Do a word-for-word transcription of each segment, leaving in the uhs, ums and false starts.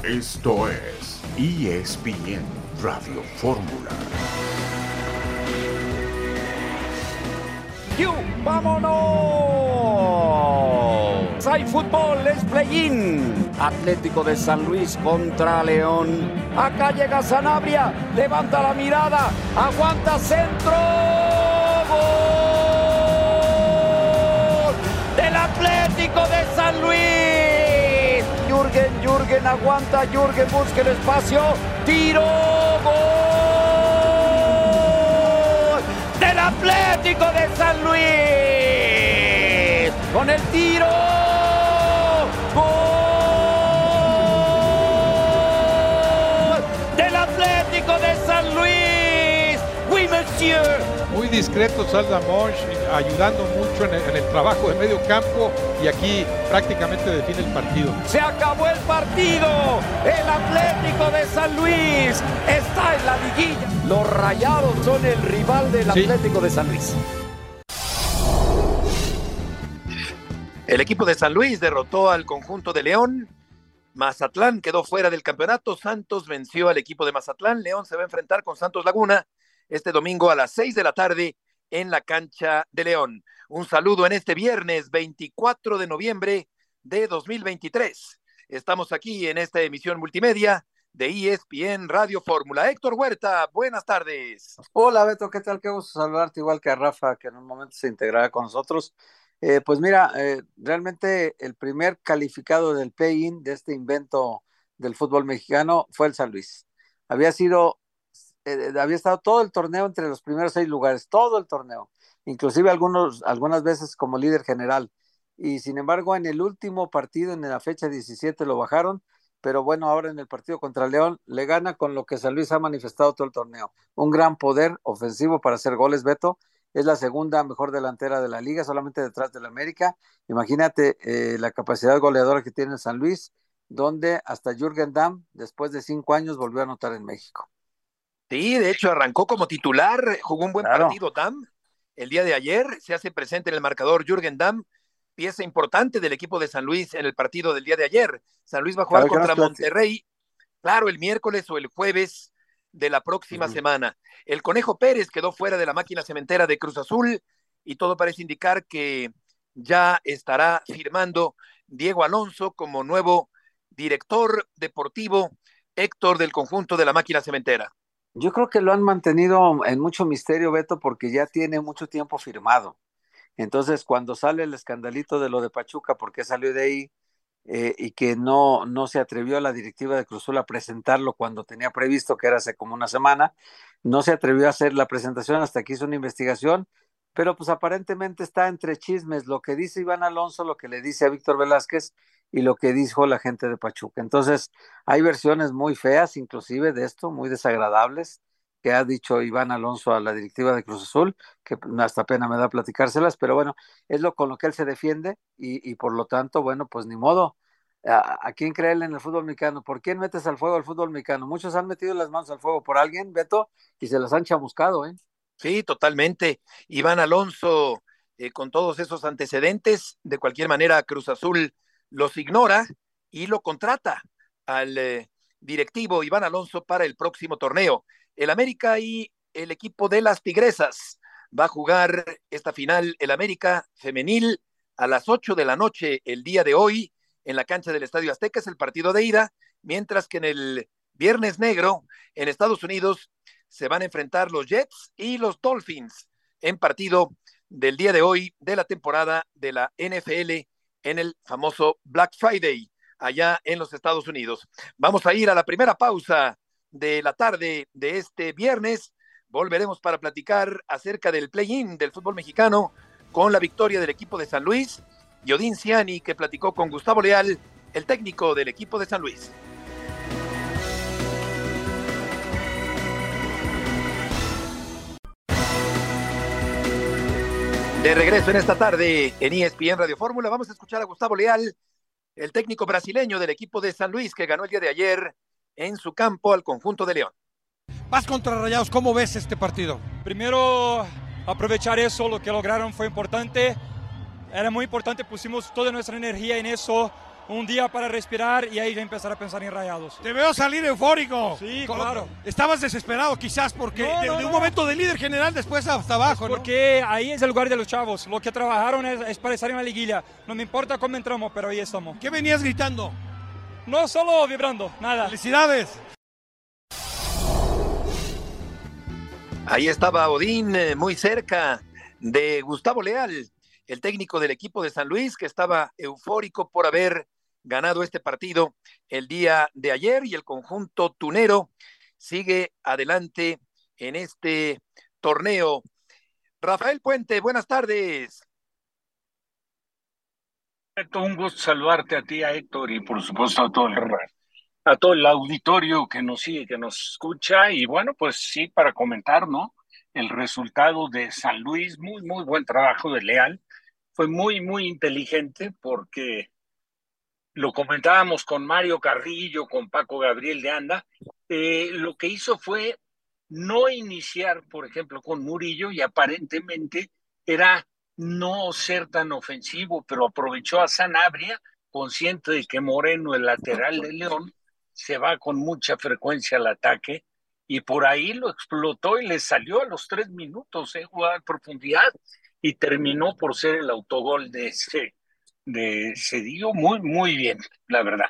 Esto es E S P N Radio Fórmula. ¡Yu! ¡Vámonos! Hay fútbol, es play-in. Atlético de San Luis contra León. Acá llega Sanabria, levanta la mirada, aguanta centro. ¡Gol! Del Atlético de San Luis. Jürgen, Jürgen, aguanta, Jürgen, busca el espacio. Tiro, gol del Atlético de San Luis. Con el tiro, gol del Atlético de San Luis. Oui, monsieur. Muy discreto Saldamonch, ayudando mucho en el, en el trabajo de medio campo, y aquí prácticamente define el partido. Se acabó el partido. El Atlético de San Luis está en la liguilla. Los Rayados son el rival del Sí. Atlético de San Luis. El equipo de San Luis derrotó al conjunto de León. Mazatlán quedó fuera del campeonato. Santos venció al equipo de Mazatlán. León se va a enfrentar con Santos Laguna este domingo a las seis de la tarde en la cancha de León. Un saludo en este viernes veinticuatro de noviembre de dos mil veintitrés. Estamos aquí en esta emisión multimedia de E S P N Radio Fórmula. Héctor Huerta, buenas tardes. Hola Beto, ¿qué tal? Qué gusto saludarte, igual que a Rafa, que en un momento se integrará con nosotros. Eh, pues mira, eh, realmente el primer calificado del play-in de este invento del fútbol mexicano fue el San Luis. Había sido, eh, había estado todo el torneo entre los primeros seis lugares, todo el torneo, inclusive algunos, algunas veces como líder general. Y sin embargo, en el último partido, en la fecha diecisiete, lo bajaron. Pero bueno, ahora en el partido contra León le gana con lo que San Luis ha manifestado todo el torneo. Un gran poder ofensivo para hacer goles, Beto. Es la segunda mejor delantera de la liga, solamente detrás del América. Imagínate eh, la capacidad goleadora que tiene el San Luis, donde hasta Jürgen Damm, después de cinco años, volvió a anotar en México. Sí, de hecho arrancó como titular, jugó un buen Claro. partido Damm. El día de ayer se hace presente en el marcador Jürgen Damm, pieza importante del equipo de San Luis en el partido del día de ayer. San Luis va a jugar Claro, contra que nos Monterrey, claro, el miércoles o el jueves de la próxima Ujú. semana. El Conejo Pérez quedó fuera de la máquina cementera de Cruz Azul y todo parece indicar que ya estará firmando Diego Alonso como nuevo director deportivo, Héctor, del conjunto de la máquina cementera. Yo creo que lo han mantenido en mucho misterio, Beto, porque ya tiene mucho tiempo firmado. Entonces, cuando sale el escandalito de lo de Pachuca, ¿por qué salió de ahí? Eh, y que no, no se atrevió a la directiva de Cruz Azul a presentarlo cuando tenía previsto, que era hace como una semana, no se atrevió a hacer la presentación hasta que hizo una investigación, pero pues aparentemente está entre chismes lo que dice Iván Alonso, lo que le dice a Víctor Velázquez y lo que dijo la gente de Pachuca. Entonces, hay versiones muy feas, inclusive de esto, muy desagradables, que ha dicho Iván Alonso a la directiva de Cruz Azul, que hasta pena me da platicárselas, pero bueno, es lo con lo que él se defiende y, y por lo tanto, bueno, pues ni modo. ¿A, a quién creerle en el fútbol mexicano? ¿Por quién metes al fuego al fútbol mexicano? Muchos han metido las manos al fuego por alguien, Beto, y se las han chamuscado, ¿eh? Sí, totalmente. Iván Alonso, eh, con todos esos antecedentes, de cualquier manera Cruz Azul los ignora y lo contrata al eh, directivo Iván Alonso para el próximo torneo. El América y el equipo de las Tigresas va a jugar esta final, el América femenil, a las ocho de la noche el día de hoy en la cancha del Estadio Azteca, es el partido de ida, mientras que en el Viernes Negro en Estados Unidos se van a enfrentar los Jets y los Dolphins en partido del día de hoy de la temporada de la N F L en el famoso Black Friday allá en los Estados Unidos. Vamos a ir a la primera pausa de la tarde de este viernes. Volveremos para platicar acerca del play-in del fútbol mexicano con la victoria del equipo de San Luis y Odín Ciani, que platicó con Gustavo Leal, el técnico del equipo de San Luis. De regreso en esta tarde en E S P N Radio Fórmula, vamos a escuchar a Gustavo Leal, el técnico brasileño del equipo de San Luis, que ganó el día de ayer en su campo al conjunto de León. Vas contra Rayados, ¿cómo ves este partido? Primero, aprovechar eso, lo que lograron fue importante. Era muy importante, pusimos toda nuestra energía en eso. un día para respirar y ahí ya empezar a pensar en Rayados. Te veo salir eufórico. Sí, Con- claro. Estabas desesperado quizás porque No, de, no, de un no. momento de líder general después hasta abajo, ¿no? Porque ahí es el lugar de los chavos. Lo que trabajaron es, es para estar en la liguilla. No me importa cómo entramos, pero ahí estamos. ¿Qué venías gritando? No solo vibrando, nada. ¡Felicidades! Ahí estaba Odín, eh, muy cerca de Gustavo Leal, el técnico del equipo de San Luis, que estaba eufórico por haber ganado este partido el día de ayer, y el conjunto tunero sigue adelante en este torneo. Rafael Puente, buenas tardes. Un gusto saludarte a ti, a Héctor, y por supuesto a todo el a todo el auditorio que nos sigue, que nos escucha. Y bueno, pues sí, para comentar, ¿no? El resultado de San Luis, muy, muy buen trabajo de Leal. Fue muy, muy inteligente porque lo comentábamos con Mario Carrillo, con Paco Gabriel de Anda. Eh, lo que hizo fue no iniciar, por ejemplo, con Murillo, y aparentemente era no ser tan ofensivo, pero aprovechó a Sanabria, consciente de que Moreno, el lateral de León, se va con mucha frecuencia al ataque, y por ahí lo explotó y le salió a los tres minutos, eh, jugaba en profundidad, y terminó por ser el autogol de ese, de Cedillo. Muy, muy bien, la verdad.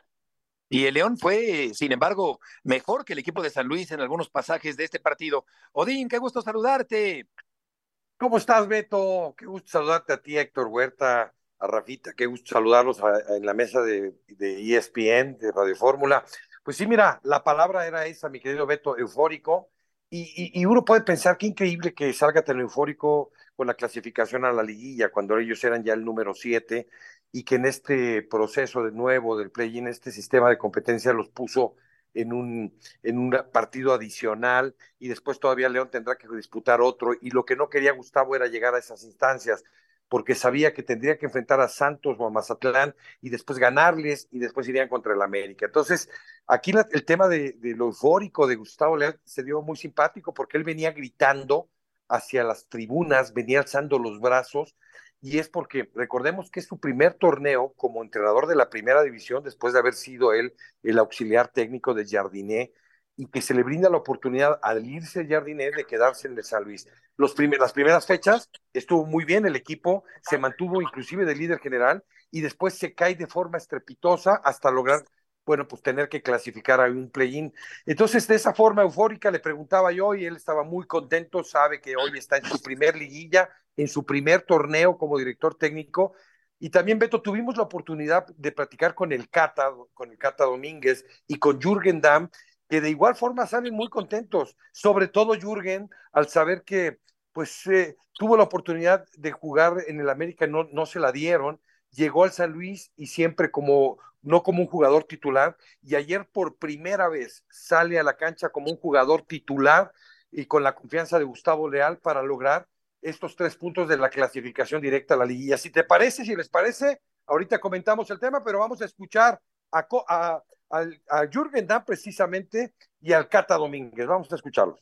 Y el León fue, sin embargo, mejor que el equipo de San Luis en algunos pasajes de este partido. Odín, qué gusto saludarte. ¿Cómo estás, Beto? Qué gusto saludarte a ti, Héctor Huerta, a Rafita, qué gusto saludarlos a, a, en la mesa de, de E S P N, de Radio Fórmula. Pues sí, mira, la palabra era esa, mi querido Beto, eufórico, y, y, y uno puede pensar qué increíble que salga tan eufórico con la clasificación a la liguilla, cuando ellos eran ya el número siete, y que en este proceso de nuevo del play-in, este sistema de competencia los puso en un, en un partido adicional, y después todavía León tendrá que disputar otro, y lo que no quería Gustavo era llegar a esas instancias, porque sabía que tendría que enfrentar a Santos o a Mazatlán, y después ganarles, y después irían contra el América. Entonces, aquí la, el tema de, de lo eufórico de Gustavo Leal se dio muy simpático, porque él venía gritando hacia las tribunas, venía alzando los brazos, y es porque recordemos que es su primer torneo como entrenador de la primera división, después de haber sido él el auxiliar técnico de Jardiné, y que se le brinda la oportunidad al irse Jardiné de quedarse en el San Luis. Los primer, las primeras fechas estuvo muy bien, el equipo se mantuvo inclusive de líder general, y después se cae de forma estrepitosa hasta lograr, bueno, pues tener que clasificar a un play-in. Entonces, de esa forma eufórica le preguntaba yo, y él estaba muy contento, sabe que hoy está en su primer liguilla, en su primer torneo como director técnico. Y también, Beto, tuvimos la oportunidad de platicar con el Cata, con el Cata Domínguez y con Jürgen Damm, que de igual forma salen muy contentos, sobre todo Jürgen, al saber que pues eh, tuvo la oportunidad de jugar en el América, no, no se la dieron, llegó al San Luis y siempre como, no como un jugador titular, y ayer por primera vez sale a la cancha como un jugador titular y con la confianza de Gustavo Leal para lograr estos tres puntos de la clasificación directa a la liguilla. Si te parece, si les parece, ahorita comentamos el tema, pero vamos a escuchar a, a, a, a Jürgen Damm precisamente y al Cata Domínguez. Vamos a escucharlos.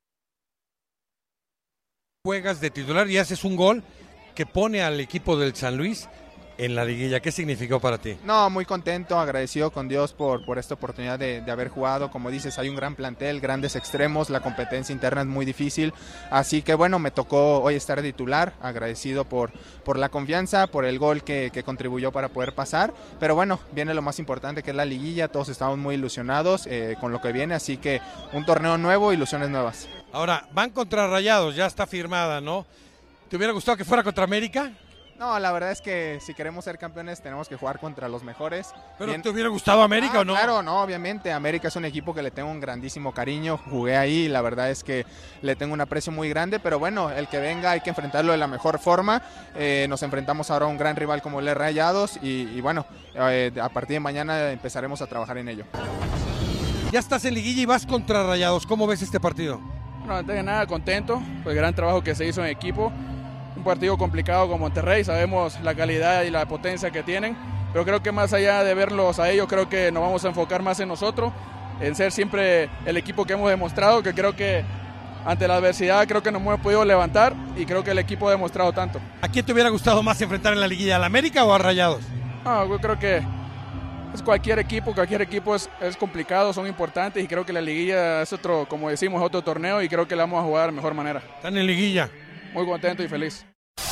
Juegas de titular y haces un gol que pone al equipo del San Luis en la liguilla. ¿Qué significó para ti? No, muy contento, agradecido con Dios por, por esta oportunidad de, de haber jugado. Como dices, hay un gran plantel, grandes extremos, la competencia interna es muy difícil, así que bueno, me tocó hoy estar titular, agradecido por, por la confianza, por el gol que, que contribuyó para poder pasar, pero bueno, viene lo más importante, que es la liguilla. Todos estamos muy ilusionados eh, con lo que viene, así que un torneo nuevo, ilusiones nuevas. Ahora, van contra Rayados, ya está firmada, ¿no? ¿Te hubiera gustado que fuera contra América? No, la verdad es que si queremos ser campeones tenemos que jugar contra los mejores. ¿Pero Bien... te hubiera gustado América ah, o no? Claro, no, obviamente. América es un equipo que le tengo un grandísimo cariño. Jugué ahí y la verdad es que le tengo un aprecio muy grande. Pero bueno, el que venga hay que enfrentarlo de la mejor forma. Eh, nos enfrentamos ahora a un gran rival como el Rayados y, y bueno, eh, a partir de mañana empezaremos a trabajar en ello. Ya estás en liguilla y vas contra Rayados. ¿Cómo ves este partido? No, antes de nada, contento por el gran trabajo que se hizo en equipo. Un partido complicado con Monterrey, sabemos la calidad y la potencia que tienen, pero creo que más allá de verlos a ellos, creo que nos vamos a enfocar más en nosotros, en ser siempre el equipo que hemos demostrado, que creo que ante la adversidad creo que nos hemos podido levantar y creo que el equipo ha demostrado tanto. ¿A quién te hubiera gustado más enfrentar en la liguilla, al América o a Rayados? No, yo creo que Es cualquier equipo, cualquier equipo es, es complicado, son importantes y creo que la liguilla es otro, como decimos, otro torneo y creo que la vamos a jugar de mejor manera. Están en liguilla. Muy contento y feliz.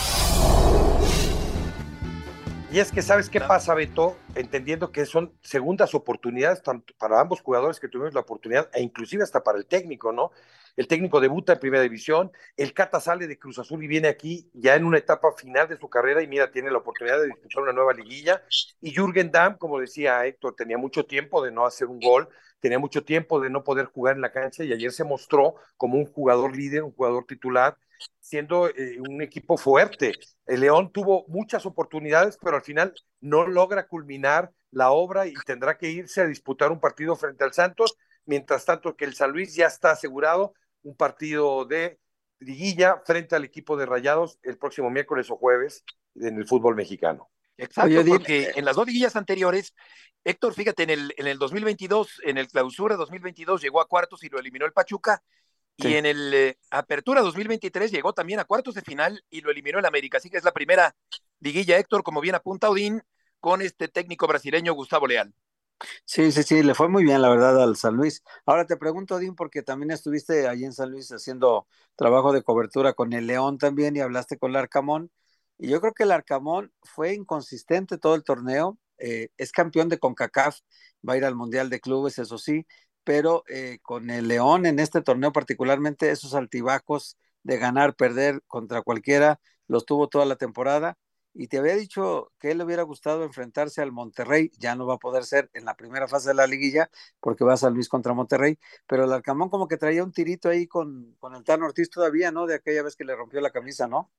Y es que, ¿sabes qué pasa, Beto? Entendiendo que son segundas oportunidades tanto para ambos jugadores que tuvimos la oportunidad, e inclusive hasta para el técnico, ¿no? El técnico debuta en Primera División, el Cata sale de Cruz Azul y viene aquí ya en una etapa final de su carrera y mira, tiene la oportunidad de disputar una nueva liguilla. Y Jürgen Damm, como decía Héctor, tenía mucho tiempo de no hacer un gol, tenía mucho tiempo de no poder jugar en la cancha y ayer se mostró como un jugador líder, un jugador titular, siendo eh, un equipo fuerte. El León tuvo muchas oportunidades, pero al final no logra culminar la obra y tendrá que irse a disputar un partido frente al Santos, mientras tanto que el San Luis ya está asegurado un partido de liguilla frente al equipo de Rayados el próximo miércoles o jueves en el fútbol mexicano. Exacto, Oye, porque en las dos liguillas anteriores, Héctor, fíjate, en el, en el dos mil veintidós, en el Clausura dos mil veintidós llegó a cuartos y lo eliminó el Pachuca, sí. Y en el eh, Apertura dos mil veintitrés llegó también a cuartos de final y lo eliminó el América, así que es la primera liguilla, Héctor, como bien apunta Odín, con este técnico brasileño Gustavo Leal. Sí, sí, sí, le fue muy bien, la verdad, al San Luis. Ahora te pregunto, Odín, porque también estuviste allí en San Luis haciendo trabajo de cobertura con el León también y hablaste con el Arcamón. Y yo creo que el Arcamón fue inconsistente todo el torneo. Eh, es campeón de CONCACAF, va a ir al Mundial de Clubes, eso sí, pero eh, con el León en este torneo particularmente, esos altibajos de ganar, perder contra cualquiera, los tuvo toda la temporada. Y te había dicho que él le hubiera gustado enfrentarse al Monterrey, ya no va a poder ser en la primera fase de la liguilla, porque va a San Luis contra Monterrey, pero el Arcamón como que traía un tirito ahí con, con el Tano Ortiz todavía, ¿no? De aquella vez que le rompió la camisa, ¿no?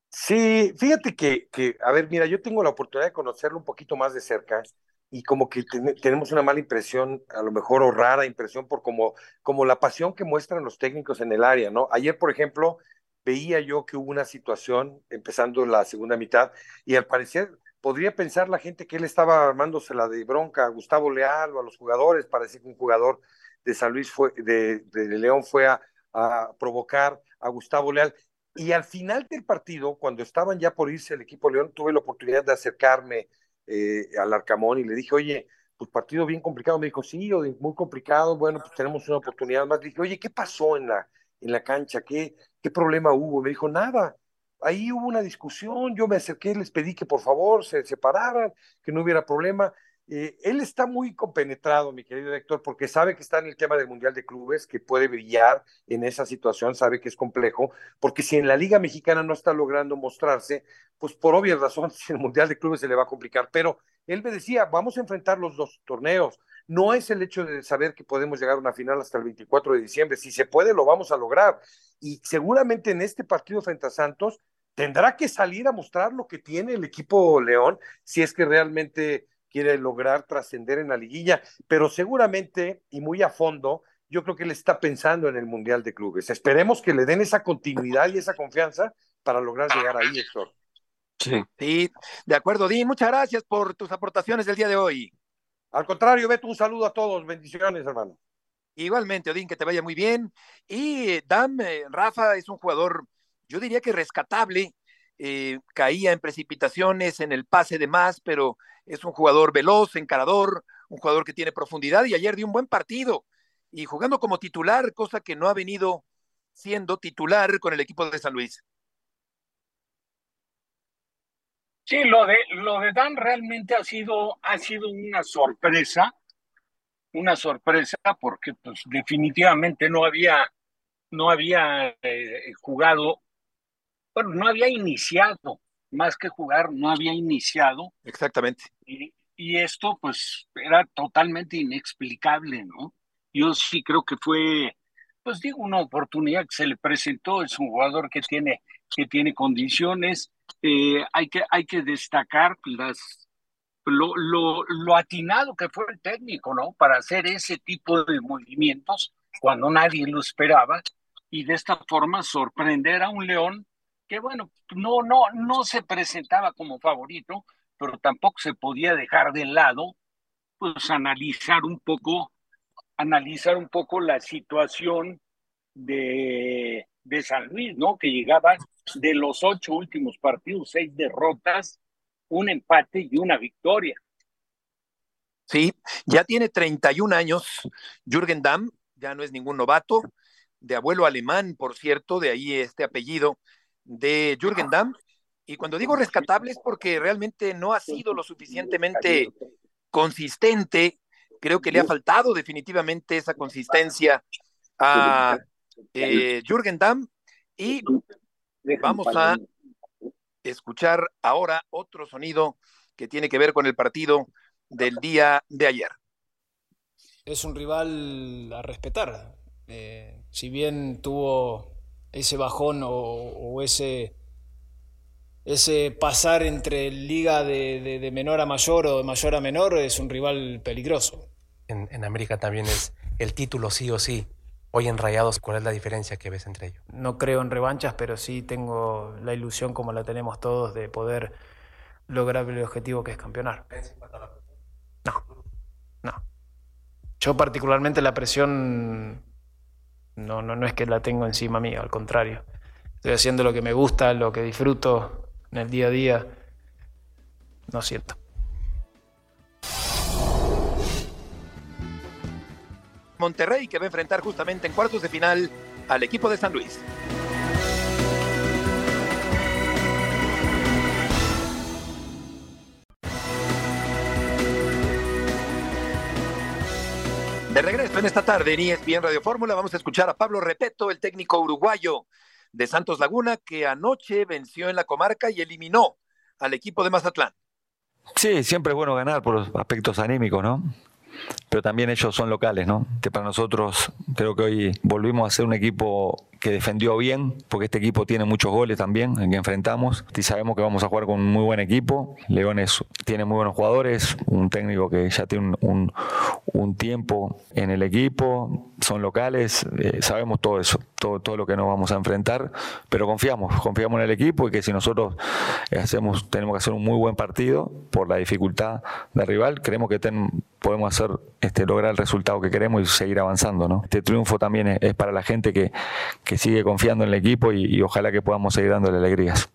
Sí, fíjate que, que a ver, mira, yo tengo la oportunidad de conocerlo un poquito más de cerca y como que ten, tenemos una mala impresión, a lo mejor o rara impresión por como, como la pasión que muestran los técnicos en el área, ¿no? Ayer, por ejemplo, veía yo que hubo una situación empezando la segunda mitad y al parecer podría pensar la gente que él estaba armándosela de bronca a Gustavo Leal o a los jugadores, parece que un jugador de San Luis fue, de, de León fue a, a provocar a Gustavo Leal. Y al final del partido, cuando estaban ya por irse el equipo León, tuve la oportunidad de acercarme eh, al Arcamón y le dije, oye, pues partido bien complicado. Me dijo, sí, muy complicado, bueno, pues tenemos una oportunidad más. Le dije, oye, ¿qué pasó en la, en la cancha? ¿Qué, ¿Qué problema hubo? Me dijo, nada, ahí hubo una discusión, yo me acerqué, les pedí que por favor se separaran, que no hubiera problema. Eh, él está muy compenetrado, mi querido Héctor, porque sabe que está en el tema del Mundial de Clubes, que puede brillar en esa situación, sabe que es complejo, porque si en la Liga Mexicana no está logrando mostrarse, pues por obvias razones el Mundial de Clubes se le va a complicar, pero él me decía, vamos a enfrentar los dos torneos, no es el hecho de saber que podemos llegar a una final hasta el veinticuatro de diciembre, si se puede lo vamos a lograr, y seguramente en este partido frente a Santos tendrá que salir a mostrar lo que tiene el equipo León, si es que realmente quiere lograr trascender en la liguilla, pero seguramente y muy a fondo, yo creo que él está pensando en el Mundial de Clubes. Esperemos que le den esa continuidad y esa confianza para lograr llegar ahí, Héctor. Sí, sí, de acuerdo, Dean, muchas gracias por tus aportaciones del día de hoy. Al contrario, Beto, un saludo a todos, bendiciones, hermano. Igualmente, Odín, que te vaya muy bien. Y Dam, eh, Rafa es un jugador, yo diría que rescatable, eh, caía en precipitaciones, en el pase de más, pero es un jugador veloz, encarador, un jugador que tiene profundidad y ayer dio un buen partido y jugando como titular, cosa que no ha venido siendo titular con el equipo de San Luis. Sí, lo de, lo de Dan realmente ha sido, ha sido una sorpresa, una sorpresa porque pues definitivamente no había, no había eh, jugado, bueno, no había iniciado, más que jugar, no había iniciado. Exactamente. Y, y esto pues era totalmente inexplicable, ¿no? Yo sí creo que fue, pues digo, una oportunidad que se le presentó, es un jugador que tiene, que tiene condiciones, eh, hay que, hay que destacar las, lo, lo, lo atinado que fue el técnico, ¿no? Para hacer ese tipo de movimientos cuando nadie lo esperaba y de esta forma sorprender a un León que, bueno, no, no, no se presentaba como favorito, pero tampoco se podía dejar de lado, pues analizar un poco, analizar un poco la situación de, de San Luis, ¿no? Que llegaba de los ocho últimos partidos, seis derrotas, un empate y una victoria. Sí, ya tiene treinta y un años, Jürgen Damm, ya no es ningún novato, de abuelo alemán, por cierto, de ahí este apellido de Jürgen Damm. Y cuando digo rescatable es porque realmente no ha sido lo suficientemente consistente. Creo que le ha faltado definitivamente esa consistencia a eh, Jürgen Damm. Y vamos a escuchar ahora otro sonido que tiene que ver con el partido del día de ayer. Es un rival a respetar. Eh, si bien tuvo ese bajón o, o ese, ese pasar entre liga de, de, de menor a mayor o de mayor a menor, es un rival peligroso. En, en América también es el título sí o sí. Hoy en Rayados, ¿cuál es la diferencia que ves entre ellos? No creo en revanchas, pero sí tengo la ilusión, como la tenemos todos, de poder lograr el objetivo que es campeonar. No, no. Yo particularmente la presión no, no, no es que la tengo encima mío, al contrario. Estoy haciendo lo que me gusta, lo que disfruto en el día a día. No siento. Monterrey, que va a enfrentar justamente en cuartos de final al equipo de San Luis. De regreso en esta tarde en E S P N Radio Fórmula, vamos a escuchar a Pablo Repetto, el técnico uruguayo de Santos Laguna, que anoche venció en la comarca y eliminó al equipo de Mazatlán. Sí, siempre es bueno ganar por los aspectos anímicos, ¿no? Pero también ellos son locales, ¿no? Que para nosotros creo que hoy volvimos a ser un equipo que defendió bien, porque este equipo tiene muchos goles también, en que enfrentamos, y sabemos que vamos a jugar con un muy buen equipo. Leones tiene muy buenos jugadores, un técnico que ya tiene un, un, un tiempo en el equipo, son locales, eh, sabemos todo eso, todo, todo lo que nos vamos a enfrentar, pero confiamos, confiamos en el equipo y que si nosotros hacemos, tenemos que hacer un muy buen partido por la dificultad del rival, creemos que ten, podemos hacer, este, lograr el resultado que queremos y seguir avanzando, ¿no? Este triunfo también es, es para la gente que que sigue confiando en el equipo y, y ojalá que podamos seguir dándole alegrías.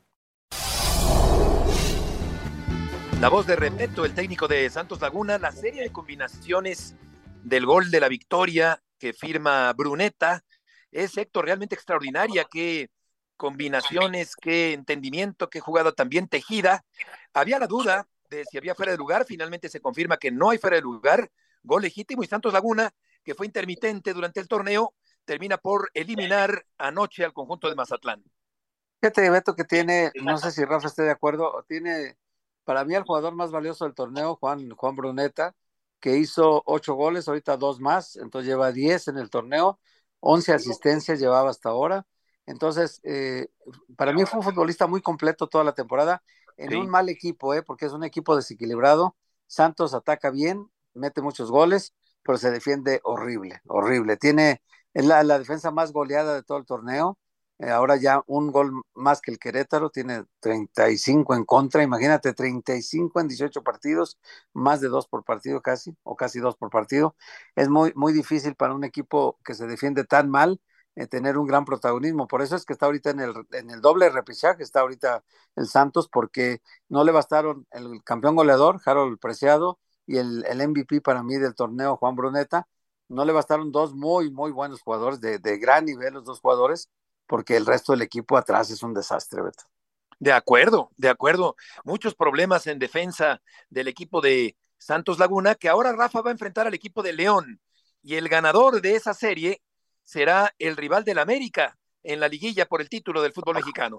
La voz de Repetto, el técnico de Santos Laguna, la serie de combinaciones del gol de la victoria que firma Bruneta es, Héctor, realmente extraordinaria. Qué combinaciones, qué entendimiento, qué jugada también tejida. Había la duda de si había fuera de lugar, finalmente se confirma que no hay fuera de lugar, gol legítimo, y Santos Laguna, que fue intermitente durante el torneo, termina por eliminar anoche al conjunto de Mazatlán. Fíjate, Beto, que tiene, no sé si Rafa esté de acuerdo, tiene para mí el jugador más valioso del torneo, Juan, Juan Bruneta, que hizo ocho goles, ahorita dos más, entonces lleva diez en el torneo, once asistencias llevaba hasta ahora. Entonces, eh, para mí fue un futbolista muy completo toda la temporada, en sí. un mal equipo, eh, porque es un equipo desequilibrado. Santos ataca bien, mete muchos goles, pero se defiende horrible, horrible. Tiene es la, la defensa más goleada de todo el torneo. Eh, ahora ya un gol más que el Querétaro, tiene treinta y cinco en contra. Imagínate, treinta y cinco en dieciocho partidos, más de dos por partido casi, o casi dos por partido. Es muy, muy difícil para un equipo que se defiende tan mal eh, tener un gran protagonismo. Por eso es que está ahorita en el, en el doble repechaje, está ahorita el Santos, porque no le bastaron el campeón goleador, Harold Preciado, y el, el M V P para mí del torneo, Juan Bruneta. No le bastaron dos muy, muy buenos jugadores, de, de gran nivel los dos jugadores, porque el resto del equipo atrás es un desastre, Beto. De acuerdo, de acuerdo. Muchos problemas en defensa del equipo de Santos Laguna, que ahora Rafa va a enfrentar al equipo de León, y el ganador de esa serie será el rival del América en la liguilla por el título del fútbol mexicano.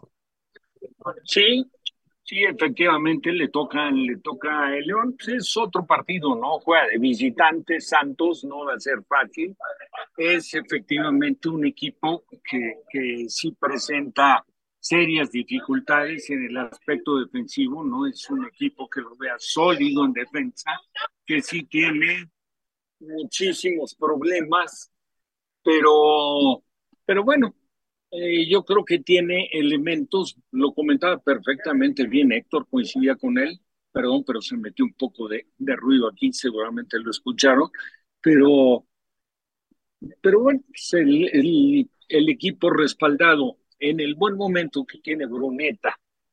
Sí, sí, efectivamente le toca, le toca a el León. Pues es otro partido, ¿no? Juega de visitante, Santos, no va a ser fácil. Es efectivamente un equipo que, que sí presenta serias dificultades en el aspecto defensivo, no es un equipo que lo vea sólido en defensa, que sí tiene muchísimos problemas, pero, pero bueno, eh, yo creo que tiene elementos, lo comentaba perfectamente bien Héctor, coincidía con él, perdón, pero se metió un poco de, de ruido aquí, seguramente lo escucharon, pero, pero bueno, pues el, el, el equipo respaldado en el buen momento que tiene Bruneta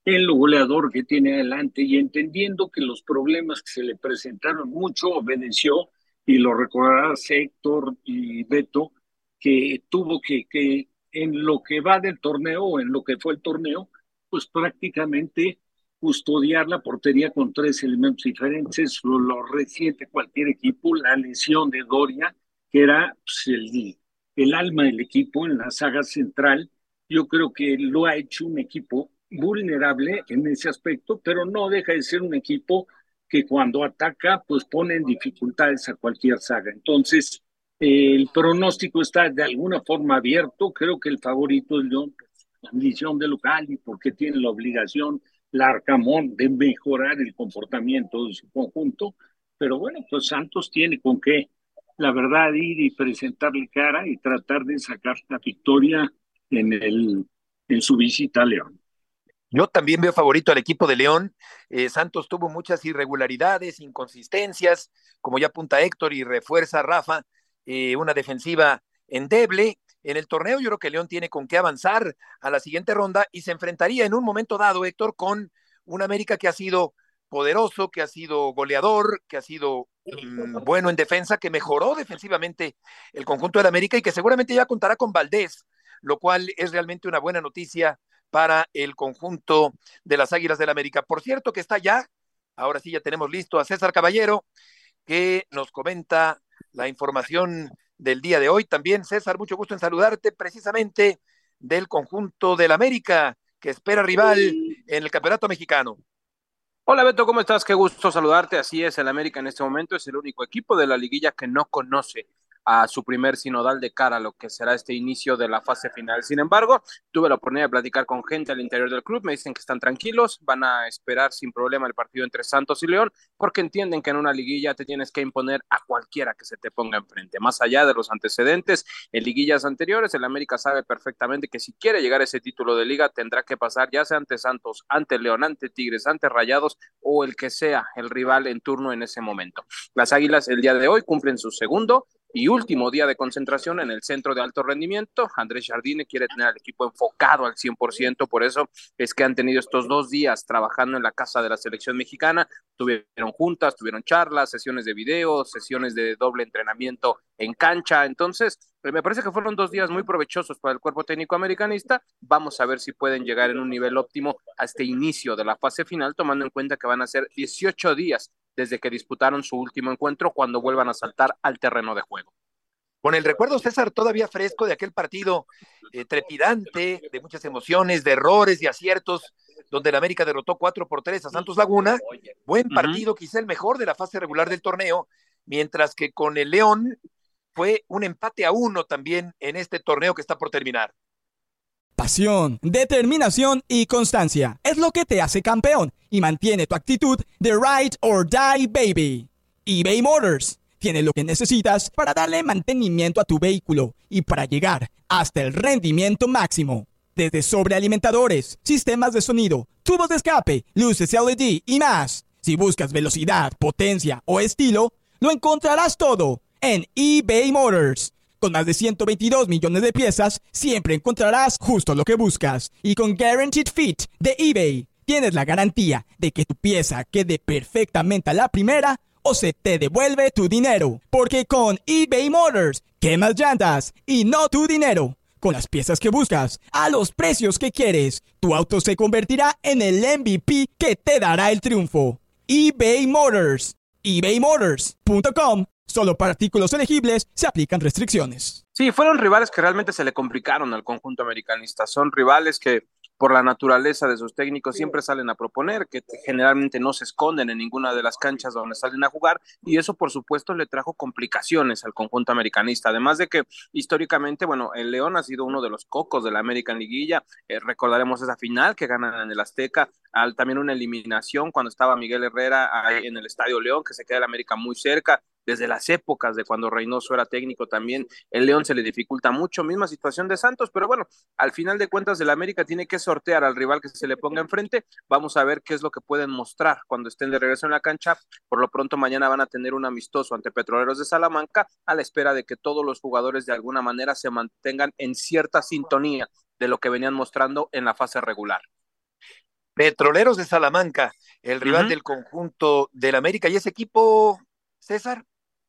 en lo goleador que tiene adelante y entendiendo que los problemas que se le presentaron mucho obedeció, y lo recordarás Héctor y Beto, que tuvo que, que en lo que va del torneo, en lo que fue el torneo, pues prácticamente custodiar la portería con tres elementos diferentes, lo, lo resiente cualquier equipo, la lesión de Doria, que era pues, el, el alma del equipo en la saga central. Yo creo que lo ha hecho un equipo vulnerable en ese aspecto, pero no deja de ser un equipo que cuando ataca, pues pone en dificultades a cualquier saga. Entonces, eh, el pronóstico está de alguna forma abierto. Creo que el favorito es León, por su condición de local y porque tiene la obligación, Larcamón, de mejorar el comportamiento de su conjunto. Pero bueno, pues Santos tiene con qué, la verdad, ir y presentarle cara y tratar de sacar la victoria en, el, en su visita a León. Yo también veo favorito al equipo de León. Eh, Santos tuvo muchas irregularidades, inconsistencias, como ya apunta Héctor y refuerza Rafa, eh, una defensiva endeble. En el torneo yo creo que León tiene con qué avanzar a la siguiente ronda y se enfrentaría en un momento dado, Héctor, con un América que ha sido poderoso, que ha sido goleador, que ha sido um, bueno en defensa, que mejoró defensivamente el conjunto del América y que seguramente ya contará con Valdés, lo cual es realmente una buena noticia para el conjunto de las Águilas del América. Por cierto que está ya, ahora sí ya tenemos listo a César Caballero, que nos comenta la información del día de hoy. También, César, mucho gusto en saludarte, precisamente del conjunto del América, que espera rival en el Campeonato Mexicano. Hola Beto, ¿cómo estás? Qué gusto saludarte. Así es, el América en este momento es el único equipo de la liguilla que no conoce a su primer sinodal de cara a lo que será este inicio de la fase final. Sin embargo, tuve la oportunidad de platicar con gente al interior del club, me dicen que están tranquilos, van a esperar sin problema el partido entre Santos y León, porque entienden que en una liguilla te tienes que imponer a cualquiera que se te ponga enfrente. Más allá de los antecedentes, en liguillas anteriores, el América sabe perfectamente que si quiere llegar a ese título de liga, tendrá que pasar ya sea ante Santos, ante León, ante Tigres, ante Rayados, o el que sea el rival en turno en ese momento. Las Águilas el día de hoy cumplen su segundo y último día de concentración en el centro de alto rendimiento. Andrés Jardine quiere tener al equipo enfocado al cien por ciento, por eso es que han tenido estos dos días trabajando en la casa de la selección mexicana. Tuvieron juntas, tuvieron charlas, sesiones de video, sesiones de doble entrenamiento en cancha. Entonces, me parece que fueron dos días muy provechosos para el cuerpo técnico americanista. Vamos a ver si pueden llegar en un nivel óptimo a este inicio de la fase final, tomando en cuenta que van a ser dieciocho días desde que disputaron su último encuentro, cuando vuelvan a saltar al terreno de juego. Con el recuerdo, César, todavía fresco de aquel partido eh, trepidante, de muchas emociones, de errores y aciertos, donde el América derrotó cuatro por tres a Santos Laguna. Buen partido, uh-huh. Quizá el mejor de la fase regular del torneo, mientras que con el León fue un empate a uno también en este torneo que está por terminar. Pasión, determinación y constancia es lo que te hace campeón y mantiene tu actitud de ride or die, baby. eBay Motors tiene lo que necesitas para darle mantenimiento a tu vehículo y para llegar hasta el rendimiento máximo. Desde sobrealimentadores, sistemas de sonido, tubos de escape, luces L E D y más. Si buscas velocidad, potencia o estilo, lo encontrarás todo en eBay Motors. Con más de ciento veintidós millones de piezas, siempre encontrarás justo lo que buscas. Y con Guaranteed Fit de eBay, tienes la garantía de que tu pieza quede perfectamente a la primera o se te devuelve tu dinero. Porque con eBay Motors, quemas llantas y no tu dinero. Con las piezas que buscas, a los precios que quieres, tu auto se convertirá en el M V P que te dará el triunfo. eBay Motors. ebay motors punto com. Solo para artículos elegibles se aplican restricciones. Sí, fueron rivales que realmente se le complicaron al conjunto americanista. Son rivales que, por la naturaleza de sus técnicos, siempre salen a proponer, que generalmente no se esconden en ninguna de las canchas donde salen a jugar, y eso, por supuesto, le trajo complicaciones al conjunto americanista. Además de que, históricamente, bueno, el León ha sido uno de los cocos de la American Liguilla. Eh, recordaremos esa final que ganan en el Azteca, al, también una eliminación cuando estaba Miguel Herrera ahí en el Estadio León, que se queda el América muy cerca. Desde las épocas de cuando Reynoso era técnico también, el León se le dificulta mucho, misma situación de Santos, pero bueno, al final de cuentas el América tiene que sortear al rival que se le ponga enfrente. Vamos a ver qué es lo que pueden mostrar cuando estén de regreso en la cancha. Por lo pronto mañana van a tener un amistoso ante Petroleros de Salamanca, a la espera de que todos los jugadores de alguna manera se mantengan en cierta sintonía de lo que venían mostrando en la fase regular. Petroleros de Salamanca, el rival uh-huh. del conjunto del América. ¿Y ese equipo, César?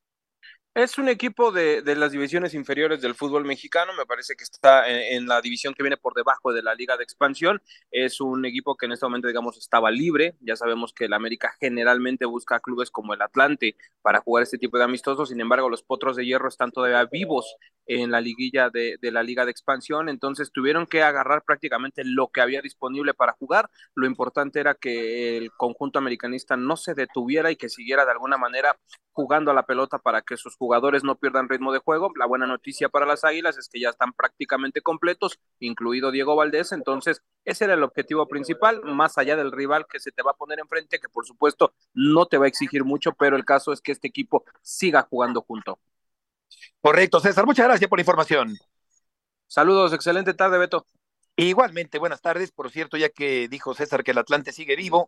Es un equipo de, de las divisiones inferiores del fútbol mexicano, me parece que está en, en la división que viene por debajo de la Liga de Expansión. Es un equipo que en este momento, digamos, estaba libre. Ya sabemos que el América generalmente busca clubes como el Atlante para jugar este tipo de amistosos. Sin embargo, los Potros de Hierro están todavía vivos en la liguilla de, de la Liga de Expansión, entonces tuvieron que agarrar prácticamente lo que había disponible para jugar. Lo importante era que el conjunto americanista no se detuviera y que siguiera de alguna manera jugando a la pelota para que sus jugadores no pierdan ritmo de juego. La buena noticia para las Águilas es que ya están prácticamente completos, incluido Diego Valdés, entonces ese era el objetivo principal, más allá del rival que se te va a poner enfrente, que por supuesto no te va a exigir mucho, pero el caso es que este equipo siga jugando junto. Correcto, César, muchas gracias por la información. Saludos, excelente tarde, Beto. Igualmente, buenas tardes. Por cierto, ya que dijo César que el Atlante sigue vivo,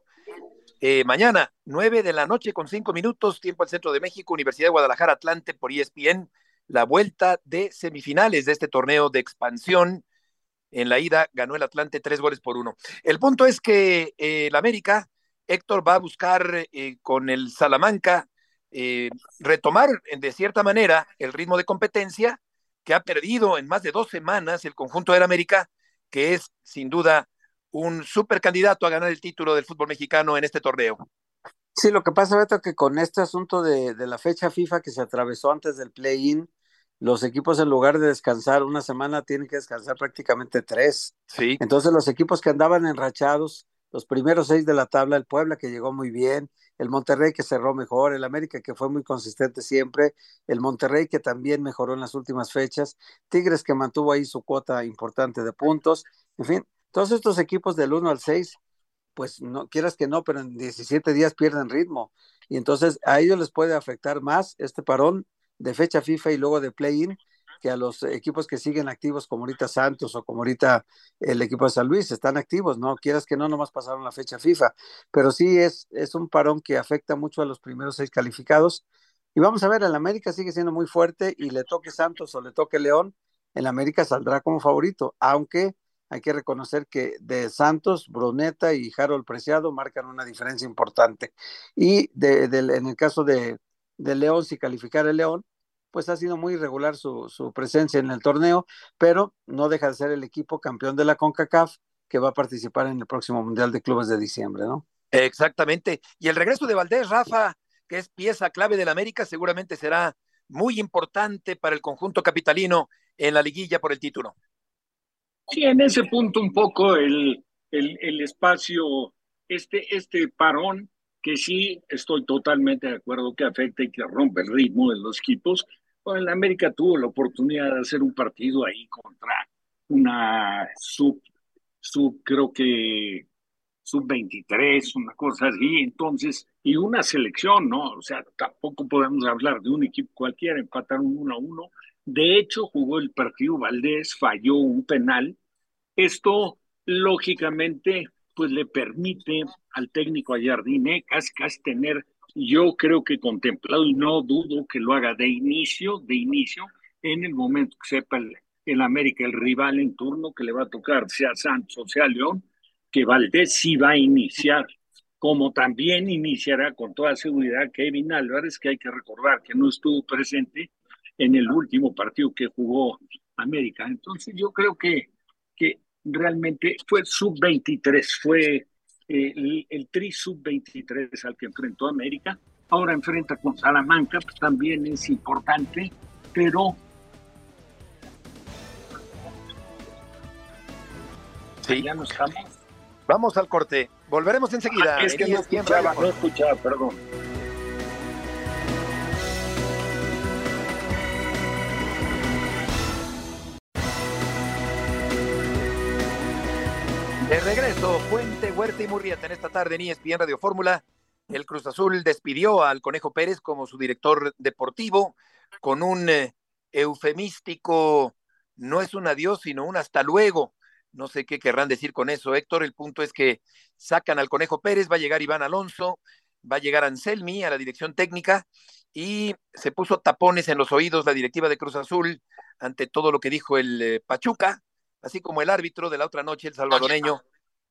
eh, mañana, nueve de la noche con cinco minutos, tiempo al centro de México, Universidad de Guadalajara, Atlante por E S P N, la vuelta de semifinales de este torneo de expansión. En la ida ganó el Atlante tres goles por uno. El punto es que eh, el América, Héctor, va a buscar eh, con el Salamanca Eh, retomar de cierta manera el ritmo de competencia que ha perdido en más de dos semanas el conjunto del América, que es sin duda un super candidato a ganar el título del fútbol mexicano en este torneo. Sí, lo que pasa, Beto, que con este asunto de, de la fecha FIFA que se atravesó antes del play-in, los equipos en lugar de descansar una semana tienen que descansar prácticamente tres. Sí. Entonces los equipos que andaban enrachados, los primeros seis de la tabla, el Puebla que llegó muy bien, el Monterrey que cerró mejor, el América que fue muy consistente siempre, el Monterrey que también mejoró en las últimas fechas, Tigres que mantuvo ahí su cuota importante de puntos, en fin, todos estos equipos del uno al seis, pues no quieras que no, pero en diecisiete días pierden ritmo, y entonces a ellos les puede afectar más este parón de fecha FIFA y luego de play-in, que a los equipos que siguen activos como ahorita Santos o como ahorita el equipo de San Luis, están activos, no quieras que no, nomás pasaron la fecha FIFA, pero sí es, es un parón que afecta mucho a los primeros seis calificados, y vamos a ver, el América sigue siendo muy fuerte, y le toque Santos o le toque León, el América saldrá como favorito, aunque hay que reconocer que de Santos, Bruneta y Harold Preciado marcan una diferencia importante, y de, de, en el caso de, de León, si calificara el León, pues ha sido muy irregular su, su presencia en el torneo, pero no deja de ser el equipo campeón de la CONCACAF que va a participar en el próximo Mundial de Clubes de diciembre, ¿no? Exactamente. Y el regreso de Valdés, Rafa, que es pieza clave del América, seguramente será muy importante para el conjunto capitalino en la liguilla por el título. Sí, en ese punto un poco el, el, el espacio, este, este parón, que sí estoy totalmente de acuerdo que afecta y que rompe el ritmo de los equipos. Bueno, el América tuvo la oportunidad de hacer un partido ahí contra una sub, sub creo que sub veintitrés, una cosa así, entonces, y una selección, ¿no? O sea, tampoco podemos hablar de un equipo cualquiera, empataron uno a uno. De hecho, jugó el partido Valdés, falló un penal. Esto, lógicamente, pues le permite al técnico Jardine Cascas tener, yo creo que contemplado, y no dudo que lo haga de inicio, de inicio, en el momento que sepa el, el América, el rival en turno que le va a tocar, sea Santos o sea León, que Valdés sí va a iniciar, como también iniciará con toda seguridad Kevin Álvarez, que hay que recordar que no estuvo presente en el último partido que jugó América. Entonces yo creo que, que realmente fue sub veintitrés, fue eh, el, el tri sub veintitrés al que enfrentó América. Ahora enfrenta con Salamanca, pues también es importante, pero sí, ya no estamos. Vamos al corte, volveremos enseguida. Ah, es que no escuchaba, no escuchaba, perdón. De regreso, Puente, Huerta y Murrieta en esta tarde en E S P N Radio Fórmula. El Cruz Azul despidió al Conejo Pérez como su director deportivo con un eh, eufemístico, no es un adiós, sino un hasta luego. No sé qué querrán decir con eso, Héctor. El punto es que sacan al Conejo Pérez, va a llegar Iván Alonso, va a llegar Anselmi a la dirección técnica, y se puso tapones en los oídos la directiva de Cruz Azul ante todo lo que dijo el eh, Pachuca, así como el árbitro de la otra noche, el salvadoreño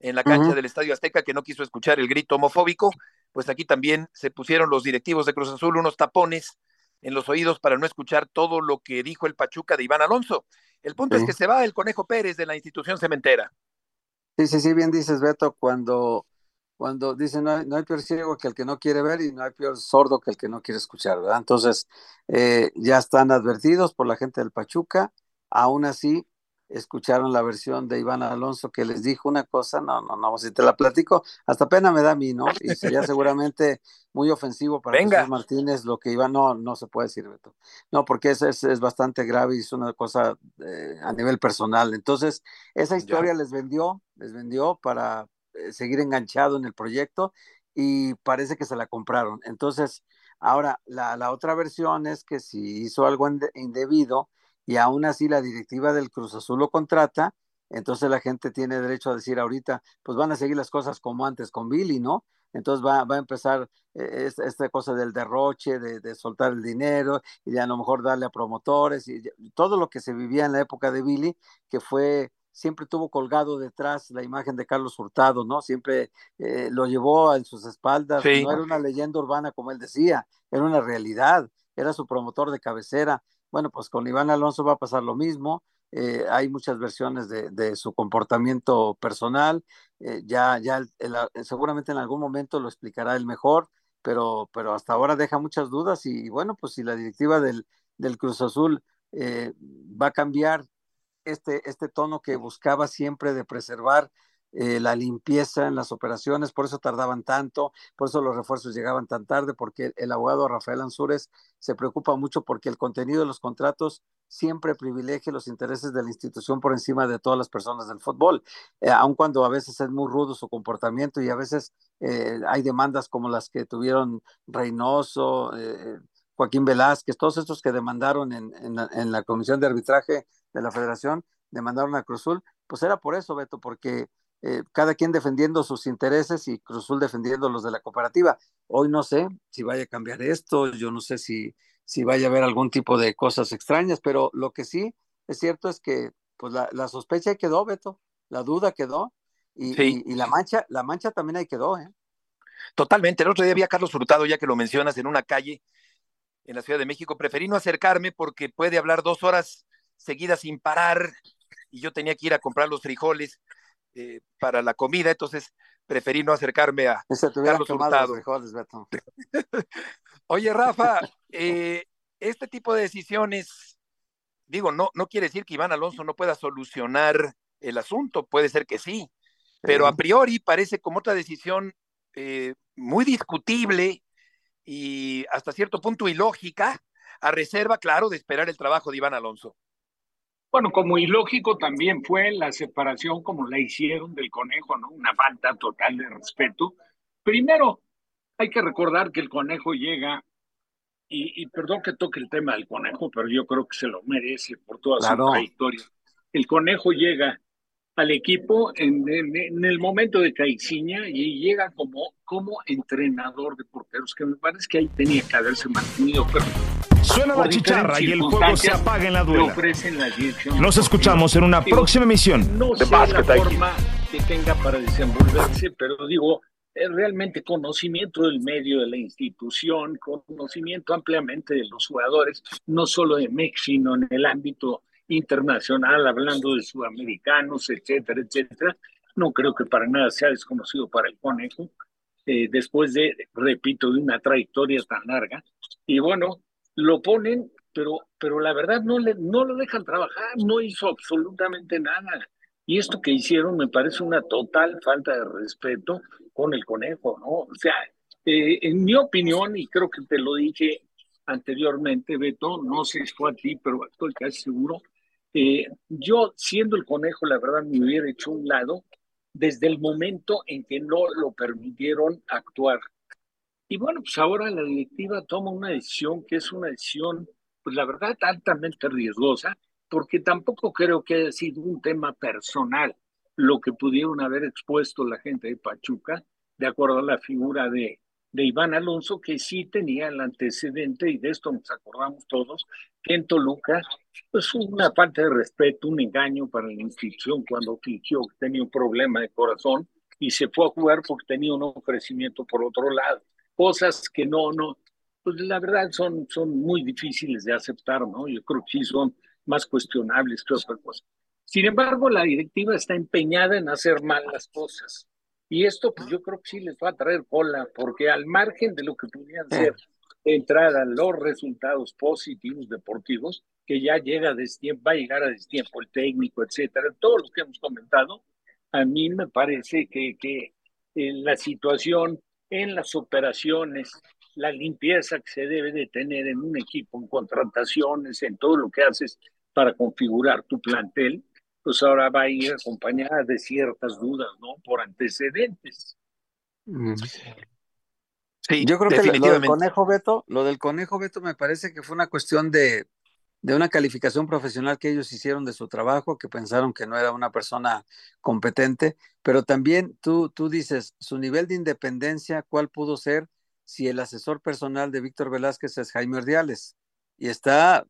en la cancha Ujú. del Estadio Azteca, que no quiso escuchar el grito homofóbico, pues aquí también se pusieron los directivos de Cruz Azul unos tapones en los oídos para no escuchar todo lo que dijo el Pachuca de Iván Alonso. El punto es Sí. que se va el Conejo Pérez de la institución cementera. Sí, sí, sí, bien dices, Beto, cuando, cuando dicen no hay, no hay peor ciego que el que no quiere ver y no hay peor sordo que el que no quiere escuchar, ¿verdad? Entonces, eh, ya están advertidos por la gente del Pachuca, aún así escucharon la versión de Iván Alonso que les dijo una cosa, no, no, no, si te la platico, hasta pena me da a mí, ¿no? Y sería seguramente muy ofensivo para Venga. Jesús Martínez lo que Iván, no, no se puede decir, Beto. No, porque es, es, es bastante grave y es una cosa eh, a nivel personal. Entonces, esa historia Ya. les vendió, les vendió para eh, seguir enganchado en el proyecto y parece que se la compraron. Entonces, ahora la, la otra versión es que si hizo algo inde- indebido y aún así la directiva del Cruz Azul lo contrata, entonces la gente tiene derecho a decir ahorita, pues van a seguir las cosas como antes con Billy, ¿no? Entonces va, va a empezar eh, esta, esta cosa del derroche, de, de soltar el dinero y de a lo mejor darle a promotores y y todo lo que se vivía en la época de Billy, que fue, siempre tuvo colgado detrás la imagen de Carlos Hurtado, ¿no? Siempre eh, lo llevó en sus espaldas, Sí. no era una leyenda urbana como él decía, era una realidad, era su promotor de cabecera. Bueno, pues con Iván Alonso va a pasar lo mismo. Eh, hay muchas versiones de, de su comportamiento personal. Eh, ya, ya el- el- seguramente en algún momento lo explicará él mejor, pero, pero hasta ahora deja muchas dudas y, bueno, pues si la directiva del, del Cruz Azul eh, va a cambiar este, este tono que buscaba siempre de preservar eh, la limpieza en las operaciones, por eso tardaban tanto, por eso los refuerzos llegaban tan tarde, porque el abogado Rafael Ansúrez se preocupa mucho porque el contenido de los contratos siempre privilegia los intereses de la institución por encima de todas las personas del fútbol, eh, aun cuando a veces es muy rudo su comportamiento y a veces eh, hay demandas como las que tuvieron Reynoso, eh, Joaquín Velázquez, todos estos que demandaron en, en, la, en la comisión de arbitraje de la federación, demandaron a Cruzul, pues era por eso, Beto, porque eh, cada quien defendiendo sus intereses y Cruzul defendiendo los de la cooperativa. Hoy no sé si vaya a cambiar esto, yo no sé si, si vaya a haber algún tipo de cosas extrañas, pero lo que sí es cierto es que pues la, la sospecha quedó, Beto, la duda quedó, y, Sí. y, y la mancha, la mancha también ahí quedó, ¿eh? Totalmente. El otro día vi a Carlos Hurtado, ya que lo mencionas, en una calle en la Ciudad de México. Preferí no acercarme porque puede hablar dos horas seguidas sin parar y yo tenía que ir a comprar los frijoles eh, para la comida, entonces preferí no acercarme a Se te hubieran Carlos quemado los Hurtado. frijoles, Beto. Oye, Rafa, eh, este tipo de decisiones, digo, no, no quiere decir que Iván Alonso no pueda solucionar el asunto, puede ser que sí, pero a priori parece como otra decisión eh, muy discutible y hasta cierto punto ilógica, a reserva, claro, de esperar el trabajo de Iván Alonso. Bueno, como ilógico también fue la separación como la hicieron del Conejo, ¿no? Una falta total de respeto. Primero, hay que recordar que el Conejo llega, y, y perdón que toque el tema del Conejo, pero yo creo que se lo merece por toda su Claro. trayectoria. El Conejo llega al equipo en, en, en el momento de Caixinha y llega como, como entrenador de porteros, que me parece que ahí tenía que haberse mantenido, pero suena la chicharra y el fuego se apaga en la duela. La Nos escuchamos en una digo, próxima emisión no de sé la Basket I Q. forma que tenga para desenvolverse, pero digo, es realmente conocimiento del medio de la institución, conocimiento ampliamente de los jugadores, no solo de México, sino en el ámbito internacional, hablando de sudamericanos, etcétera, etcétera. No creo que para nada sea desconocido para el Conejo, eh, después de, repito, de una trayectoria tan larga. Y bueno, lo ponen, pero, pero la verdad no, le, no lo dejan trabajar, no hizo absolutamente nada. Y esto que hicieron me parece una total falta de respeto con el Conejo, ¿no? O sea, eh, en mi opinión, y creo que te lo dije anteriormente, Beto, no sé si fue a ti, pero estoy casi seguro, eh, yo siendo el Conejo, la verdad me hubiera hecho a un lado desde el momento en que no lo permitieron actuar. Y bueno, pues ahora la directiva toma una decisión que es una decisión, pues la verdad, altamente riesgosa, porque tampoco creo que haya sido un tema personal lo que pudieron haber expuesto la gente de Pachuca, de acuerdo a la figura de, de Iván Alonso, que sí tenía el antecedente, y de esto nos acordamos todos, que en Toluca, pues una falta de respeto, un engaño para la institución cuando fingió que tenía un problema de corazón, y se fue a jugar porque tenía un ofrecimiento por otro lado. Cosas que no, no, pues la verdad son, son muy difíciles de aceptar, ¿no? Yo creo que sí son más cuestionables que otra cosa. Sin embargo, la directiva está empeñada en hacer mal las cosas. Y esto, pues yo creo que sí les va a traer cola, porque al margen de lo que pudieran ser de entrada los resultados positivos deportivos, que ya llega a destiempo, va a llegar a destiempo el técnico, etcétera, todo lo que hemos comentado, a mí me parece que, que en la situación, en las operaciones, la limpieza que se debe de tener en un equipo, en contrataciones, en todo lo que haces para configurar tu plantel, pues ahora va a ir acompañada de ciertas dudas, ¿no? Por antecedentes. Mm. Sí, Yo creo que lo del definitivamente. conejo Beto, lo del conejo Beto me parece que fue una cuestión de, de una calificación profesional que ellos hicieron de su trabajo, que pensaron que no era una persona competente, pero también tú, tú dices, su nivel de independencia, ¿cuál pudo ser si el asesor personal de Víctor Velázquez es Jaime Ordiales? Y está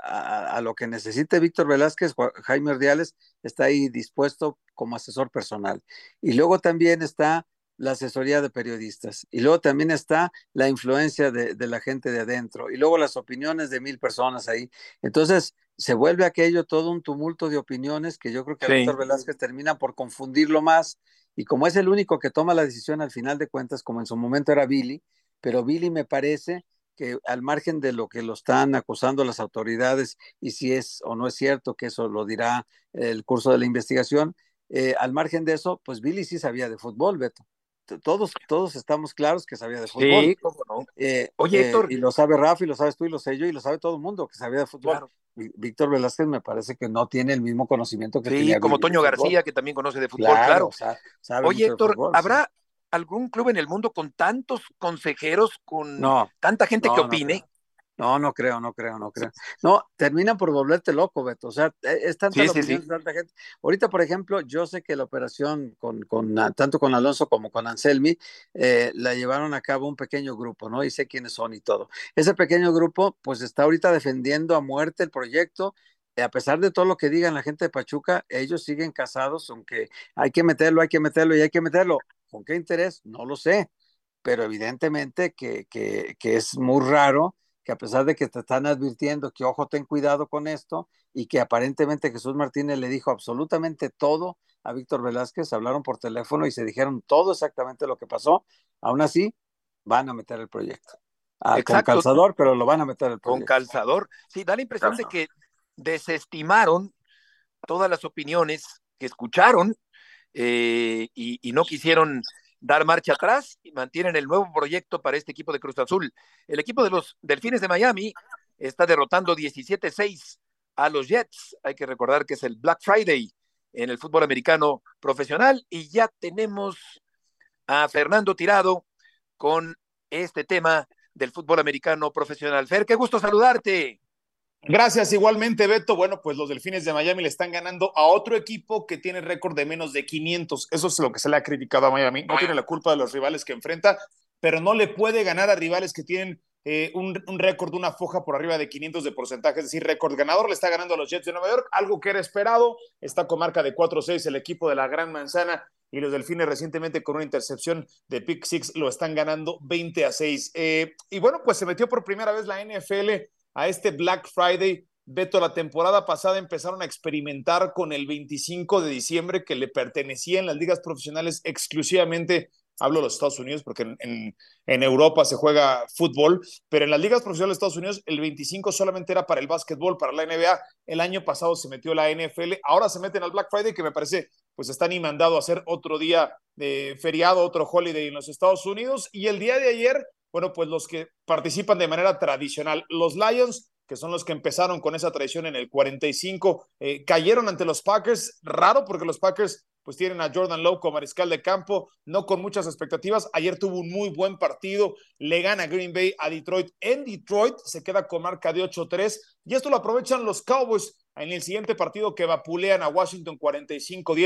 a, a lo que necesite Víctor Velázquez, Jaime Ordiales está ahí dispuesto como asesor personal. Y luego también está la asesoría de periodistas, y luego también está la influencia de, de la gente de adentro, y luego las opiniones de mil personas ahí. Entonces se vuelve aquello todo un tumulto de opiniones que yo creo que a Sí. Víctor Velázquez termina por confundirlo más, y como es el único que toma la decisión al final de cuentas, como en su momento era Billy, pero Billy me parece que al margen de lo que lo están acusando las autoridades, y si es o no es cierto, que eso lo dirá el curso de la investigación, eh, al margen de eso, pues Billy sí sabía de fútbol, Beto. Todos, todos estamos claros que sabía de fútbol. Sí, cómo no. Eh, Oye, eh, Héctor. y lo sabe Rafa, y lo sabes tú, y lo sé yo, y lo sabe todo el mundo que sabía de fútbol. Claro. Y Víctor Velázquez me parece que no tiene el mismo conocimiento que Sí, tenía como Billy de Toño fútbol. García, que también conoce de fútbol, Claro, claro. o sea, sabe Oye, mucho de Héctor, fútbol, ¿habrá sí. algún club en el mundo con tantos consejeros, con No, tanta gente no, que no opine? creo. No, no creo, no creo, no creo. No, terminan por volverte loco, Beto. O sea, es tanta Sí, la sí, opinión sí. de tanta gente. Ahorita, por ejemplo, yo sé que la operación con, con tanto con Alonso como con Anselmi eh, la llevaron a cabo un pequeño grupo, ¿no? Y sé quiénes son y todo. Ese pequeño grupo, pues está ahorita defendiendo a muerte el proyecto. Eh, a pesar de todo lo que digan la gente de Pachuca, ellos siguen casados, aunque hay que meterlo, hay que meterlo y hay que meterlo. ¿Con qué interés? No lo sé. Pero evidentemente que, que, que es muy raro que a pesar de que te están advirtiendo que ojo, ten cuidado con esto, y que aparentemente Jesús Martínez le dijo absolutamente todo a Víctor Velázquez, hablaron por teléfono y se dijeron todo exactamente lo que pasó, aún así van a meter el proyecto. Ah, con Exacto. calzador, pero lo van a meter el Con proyecto. calzador. Sí, da la impresión de que desestimaron todas las opiniones que escucharon eh, y, y no quisieron dar marcha atrás y mantienen el nuevo proyecto para este equipo de Cruz Azul. El equipo de los Delfines de Miami está derrotando diecisiete seis a los Jets. Hay que recordar que es el Black Friday en el fútbol americano profesional, y ya tenemos a Fernando Tirado con este tema del fútbol americano profesional. Fer, qué gusto saludarte. Gracias, igualmente, Beto. Bueno, pues los Delfines de Miami le están ganando a otro equipo que tiene récord de menos de quinientos. Eso es lo que se le ha criticado a Miami. No tiene la culpa de los rivales que enfrenta, pero no le puede ganar a rivales que tienen eh, un, un récord, una foja por arriba de quinientos de porcentaje, es decir, récord ganador. Le está ganando a los Jets de Nueva York, algo que era esperado. Está con marca de cuatro seis el equipo de la Gran Manzana, y los Delfines recientemente con una intercepción de pick six lo están ganando veinte a seis. Eh, y bueno, pues se metió por primera vez la N F L a este Black Friday. Beto, la temporada pasada empezaron a experimentar con el veinticinco de diciembre, que le pertenecía en las ligas profesionales exclusivamente, hablo de los Estados Unidos porque en, en, en Europa se juega fútbol, pero en las ligas profesionales de Estados Unidos el veinticinco solamente era para el básquetbol, para la N B A. El año pasado se metió la N F L, ahora se meten al Black Friday, que me parece pues están mandando a hacer otro día de feriado, otro holiday en los Estados Unidos. Y el día de ayer, bueno, pues los que participan de manera tradicional, los Lions, que son los que empezaron con esa tradición en el cuarenta y cinco, eh, cayeron ante los Packers. Raro, porque los Packers pues tienen a Jordan Love como mariscal de campo, no con muchas expectativas. Ayer tuvo un muy buen partido, le gana Green Bay a Detroit. En Detroit se queda con marca de ocho tres, y esto lo aprovechan los Cowboys en el siguiente partido, que vapulean a Washington cuarenta y cinco diez.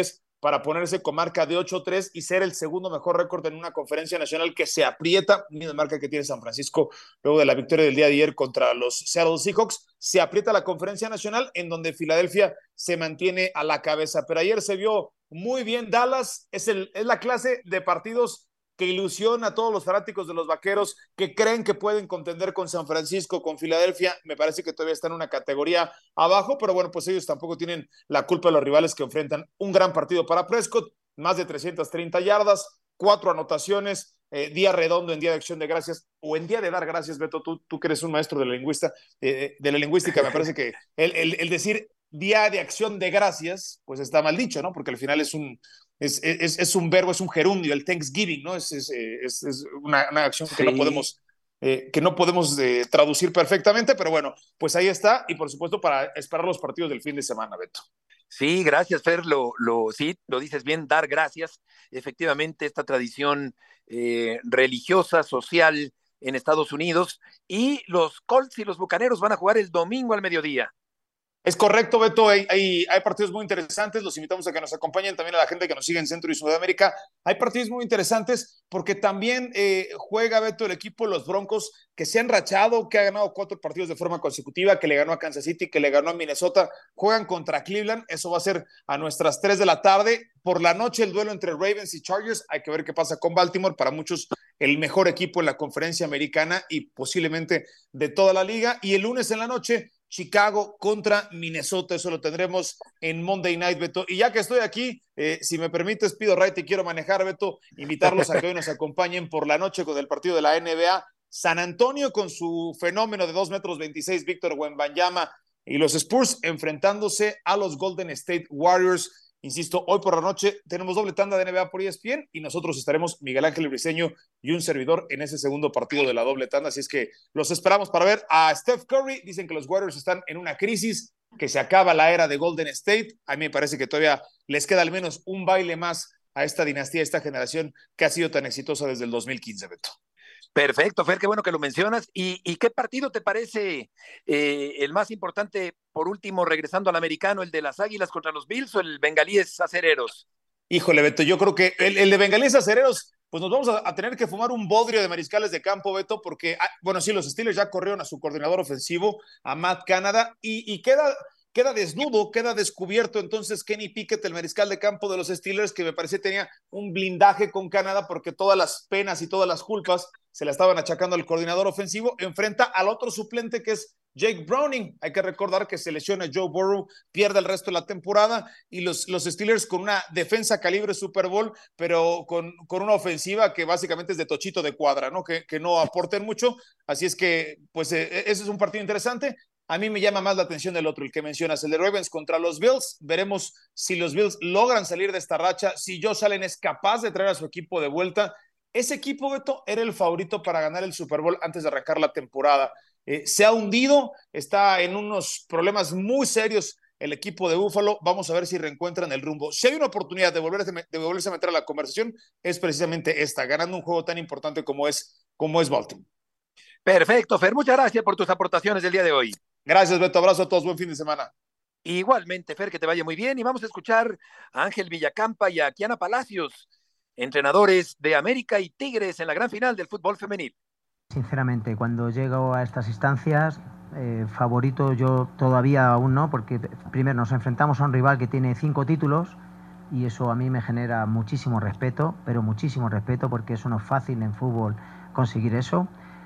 para ponerse con marca de ocho tres y ser el segundo mejor récord en una conferencia nacional que se aprieta, misma marca que tiene San Francisco luego de la victoria del día de ayer contra los Seattle Seahawks. Se aprieta la conferencia nacional en donde Filadelfia se mantiene a la cabeza, pero ayer se vio muy bien Dallas. Es, el, es la clase de partidos que ilusiona a todos los fanáticos de los Vaqueros, que creen que pueden contender con San Francisco, con Filadelfia. Me parece que todavía están en una categoría abajo, pero bueno, pues ellos tampoco tienen la culpa de los rivales que enfrentan. Un gran partido para Prescott, más de trescientas treinta yardas, cuatro anotaciones, eh, día redondo en Día de Acción de Gracias, o en Día de Dar Gracias, Beto, tú, tú que eres un maestro de la, lingüista, eh, de la lingüística, me parece que el, el, el decir Día de Acción de Gracias, pues está mal dicho, ¿no? Porque al final es un, es, es, es un verbo, es un gerundio, el Thanksgiving, ¿no? Es, es, es, es una, una acción que sí. no podemos, eh, que no podemos eh, traducir perfectamente, pero bueno, pues ahí está, y por supuesto para esperar los partidos del fin de semana, Beto. Sí, gracias, Fer, lo, lo, sí, lo dices bien, dar gracias. Efectivamente, esta tradición eh, religiosa, social en Estados Unidos, y los Colts y los Bucaneros van a jugar el domingo al mediodía. Es correcto, Beto, hay, hay, hay partidos muy interesantes, los invitamos a que nos acompañen, también a la gente que nos sigue en Centro y Sudamérica. Hay partidos muy interesantes porque también eh, juega, Beto, el equipo de los Broncos, que se ha enrachado, que ha ganado cuatro partidos de forma consecutiva, que le ganó a Kansas City, que le ganó a Minnesota, juegan contra Cleveland, eso va a ser a nuestras tres de la tarde. Por la noche el duelo entre Ravens y Chargers, hay que ver qué pasa con Baltimore, para muchos el mejor equipo en la conferencia americana y posiblemente de toda la liga. Y el lunes en la noche, Chicago contra Minnesota, eso lo tendremos en Monday Night, Beto. Y ya que estoy aquí, eh, si me permites, pido right y quiero manejar, Beto, invitarlos a que hoy nos acompañen por la noche con el partido de la N B A. San Antonio con su fenómeno de dos metros veintiséis, Víctor Wembanyama, y los Spurs enfrentándose a los Golden State Warriors. Insisto, hoy por la noche tenemos doble tanda de N B A por E S P N y nosotros estaremos, Miguel Ángel Briceño y un servidor, en ese segundo partido de la doble tanda. Así es que los esperamos para ver a Steph Curry. Dicen que los Warriors están en una crisis, que se acaba la era de Golden State. A mí me parece que todavía les queda al menos un baile más a esta dinastía, a esta generación que ha sido tan exitosa desde el dos mil quince, Beto. Perfecto, Fer, qué bueno que lo mencionas. ¿Y, y qué partido te parece eh, el más importante, por último, regresando al americano, el de las Águilas contra los Bills o el Bengalíes Acereros? Híjole, Beto, yo creo que el, el de Bengalíes Acereros, pues nos vamos a, a tener que fumar un bodrio de mariscales de campo, Beto, porque, ah, bueno, sí, los Steelers ya corrieron a su coordinador ofensivo, a Matt Canada, y, y queda... queda desnudo, queda descubierto entonces Kenny Pickett, el mariscal de campo de los Steelers, que me parecía tenía un blindaje con Canadá porque todas las penas y todas las culpas se la estaban achacando al coordinador ofensivo. Enfrenta al otro suplente que es Jake Browning. Hay que recordar que se lesiona Joe Burrow, pierde el resto de la temporada, y los, los Steelers con una defensa calibre Super Bowl, pero con, con una ofensiva que básicamente es de tochito de cuadra, ¿no? Que, que no aporten mucho. Así es que, pues, eh, ese es un partido interesante. A mí me llama más la atención el otro, el que mencionas, el de Ravens contra los Bills. Veremos si los Bills logran salir de esta racha, si Josh Allen es capaz de traer a su equipo de vuelta. Ese equipo, Beto, era el favorito para ganar el Super Bowl antes de arrancar la temporada. Eh, se ha hundido, está en unos problemas muy serios el equipo de Buffalo. Vamos a ver si reencuentran el rumbo. Si hay una oportunidad de volverse, de volverse a meter a la conversación, es precisamente esta, ganando un juego tan importante como es, como es Baltimore. Perfecto, Fer, muchas gracias por tus aportaciones del día de hoy. Gracias, Beto, abrazo a todos, buen fin de semana. Igualmente, Fer, que te vaya muy bien, y vamos a escuchar a Ángel Villacampa y a Kiana Palacios, entrenadores de América y Tigres en la gran final del fútbol femenil. Sinceramente, cuando llego a estas instancias, eh, favorito yo todavía aún no, porque primero nos enfrentamos a un rival que tiene cinco títulos y eso a mí me genera muchísimo respeto, pero muchísimo respeto, porque eso no es fácil en fútbol conseguir eso.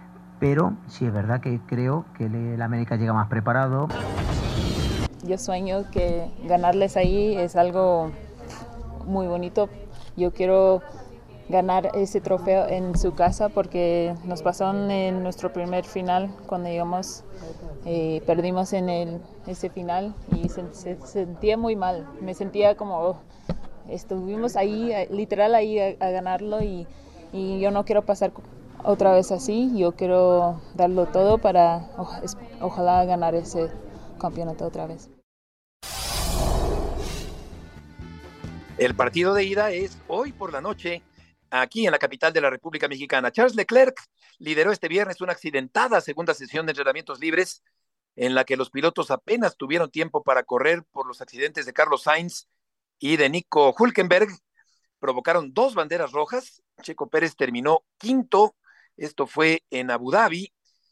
Pero sí es verdad que creo que el América llega más preparado. Yo sueño que ganarles ahí es algo muy bonito. Yo quiero ganar ese trofeo en su casa, porque nos pasó en nuestro primer final cuando llegamos, eh, perdimos en el, ese final y se, se, se sentía muy mal. Me sentía como oh, estuvimos ahí, literal ahí a, a ganarlo, y, y yo no quiero pasar otra vez así. Yo quiero darlo todo para o, es, ojalá ganar ese campeonato otra vez. El partido de ida es hoy por la noche aquí en la capital de la República Mexicana. Charles Leclerc lideró este viernes una accidentada segunda sesión de entrenamientos libres en la que los pilotos apenas tuvieron tiempo para correr por los accidentes de Carlos Sainz y de Nico Hülkenberg provocaron dos banderas rojas. Checo Pérez terminó quinto, esto fue en Abu Dhabi,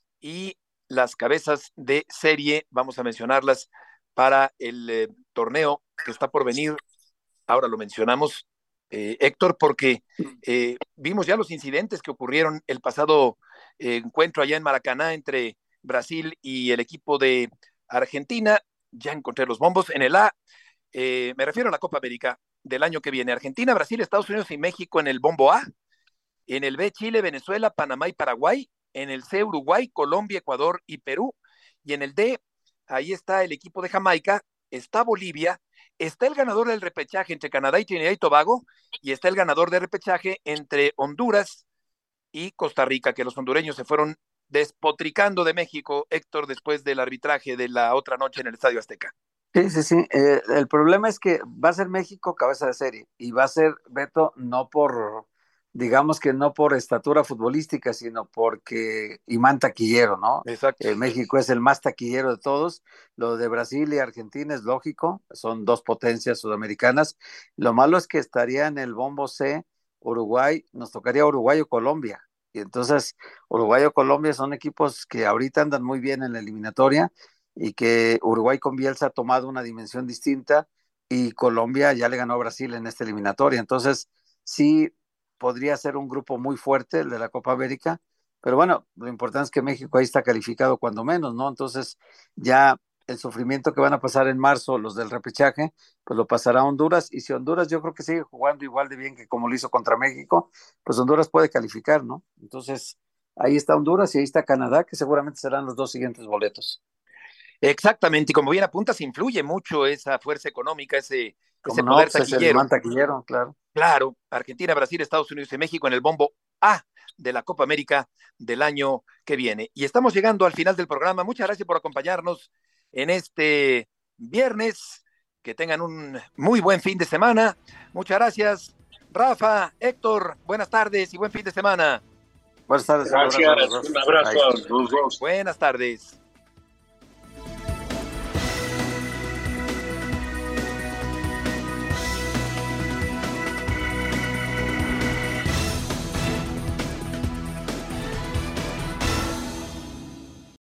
y las cabezas de serie, vamos a mencionarlas para el eh, torneo que está por venir. Ahora lo mencionamos, eh, Héctor, porque eh, vimos ya los incidentes que ocurrieron el pasado eh, encuentro allá en Maracaná entre Brasil y el equipo de Argentina. Ya encontré los bombos. En el A, eh, me refiero a la Copa América del año que viene. Argentina, Brasil, Estados Unidos y México en el bombo A. En el B, Chile, Venezuela, Panamá y Paraguay. En el C, Uruguay, Colombia, Ecuador y Perú. Y en el D, ahí está el equipo de Jamaica, está Bolivia, está el ganador del repechaje entre Canadá y Trinidad y Tobago, y está el ganador del repechaje entre Honduras y Costa Rica, que los hondureños se fueron despotricando de México, Héctor, después del arbitraje de la otra noche en el Estadio Azteca. Sí, sí, sí. Eh, el problema es que va a ser México cabeza de serie, y va a ser, Beto, no por, digamos que no por estatura futbolística, sino porque imán taquillero, ¿no? Exacto. Eh, México es el más taquillero de todos. Lo de Brasil y Argentina es lógico, son dos potencias sudamericanas. Lo malo es que estaría en el bombo C Uruguay, nos tocaría Uruguay o Colombia. Y entonces Uruguay o Colombia son equipos que ahorita andan muy bien en la eliminatoria, y que Uruguay con Bielsa ha tomado una dimensión distinta, y Colombia ya le ganó a Brasil en esta eliminatoria. Entonces sí podría ser un grupo muy fuerte el de la Copa América, pero bueno, lo importante es que México ahí está calificado cuando menos, ¿no? Entonces ya el sufrimiento que van a pasar en marzo los del repechaje, pues lo pasará Honduras, y si Honduras yo creo que sigue jugando igual de bien que como lo hizo contra México, pues Honduras puede calificar, ¿no? Entonces ahí está Honduras y ahí está Canadá, que seguramente serán los dos siguientes boletos. Exactamente, y como bien apuntas, influye mucho esa fuerza económica, ese, ese no, poder pues taquillero. Es el imán taquillero, claro. Claro, Argentina, Brasil, Estados Unidos y México en el bombo A de la Copa América del año que viene. Y estamos llegando al final del programa. Muchas gracias por acompañarnos en este viernes. Que tengan un muy buen fin de semana. Muchas gracias, Rafa, Héctor, buenas tardes y buen fin de semana. Buenas tardes. Gracias, un abrazo, un abrazo a los dos. Buenas tardes.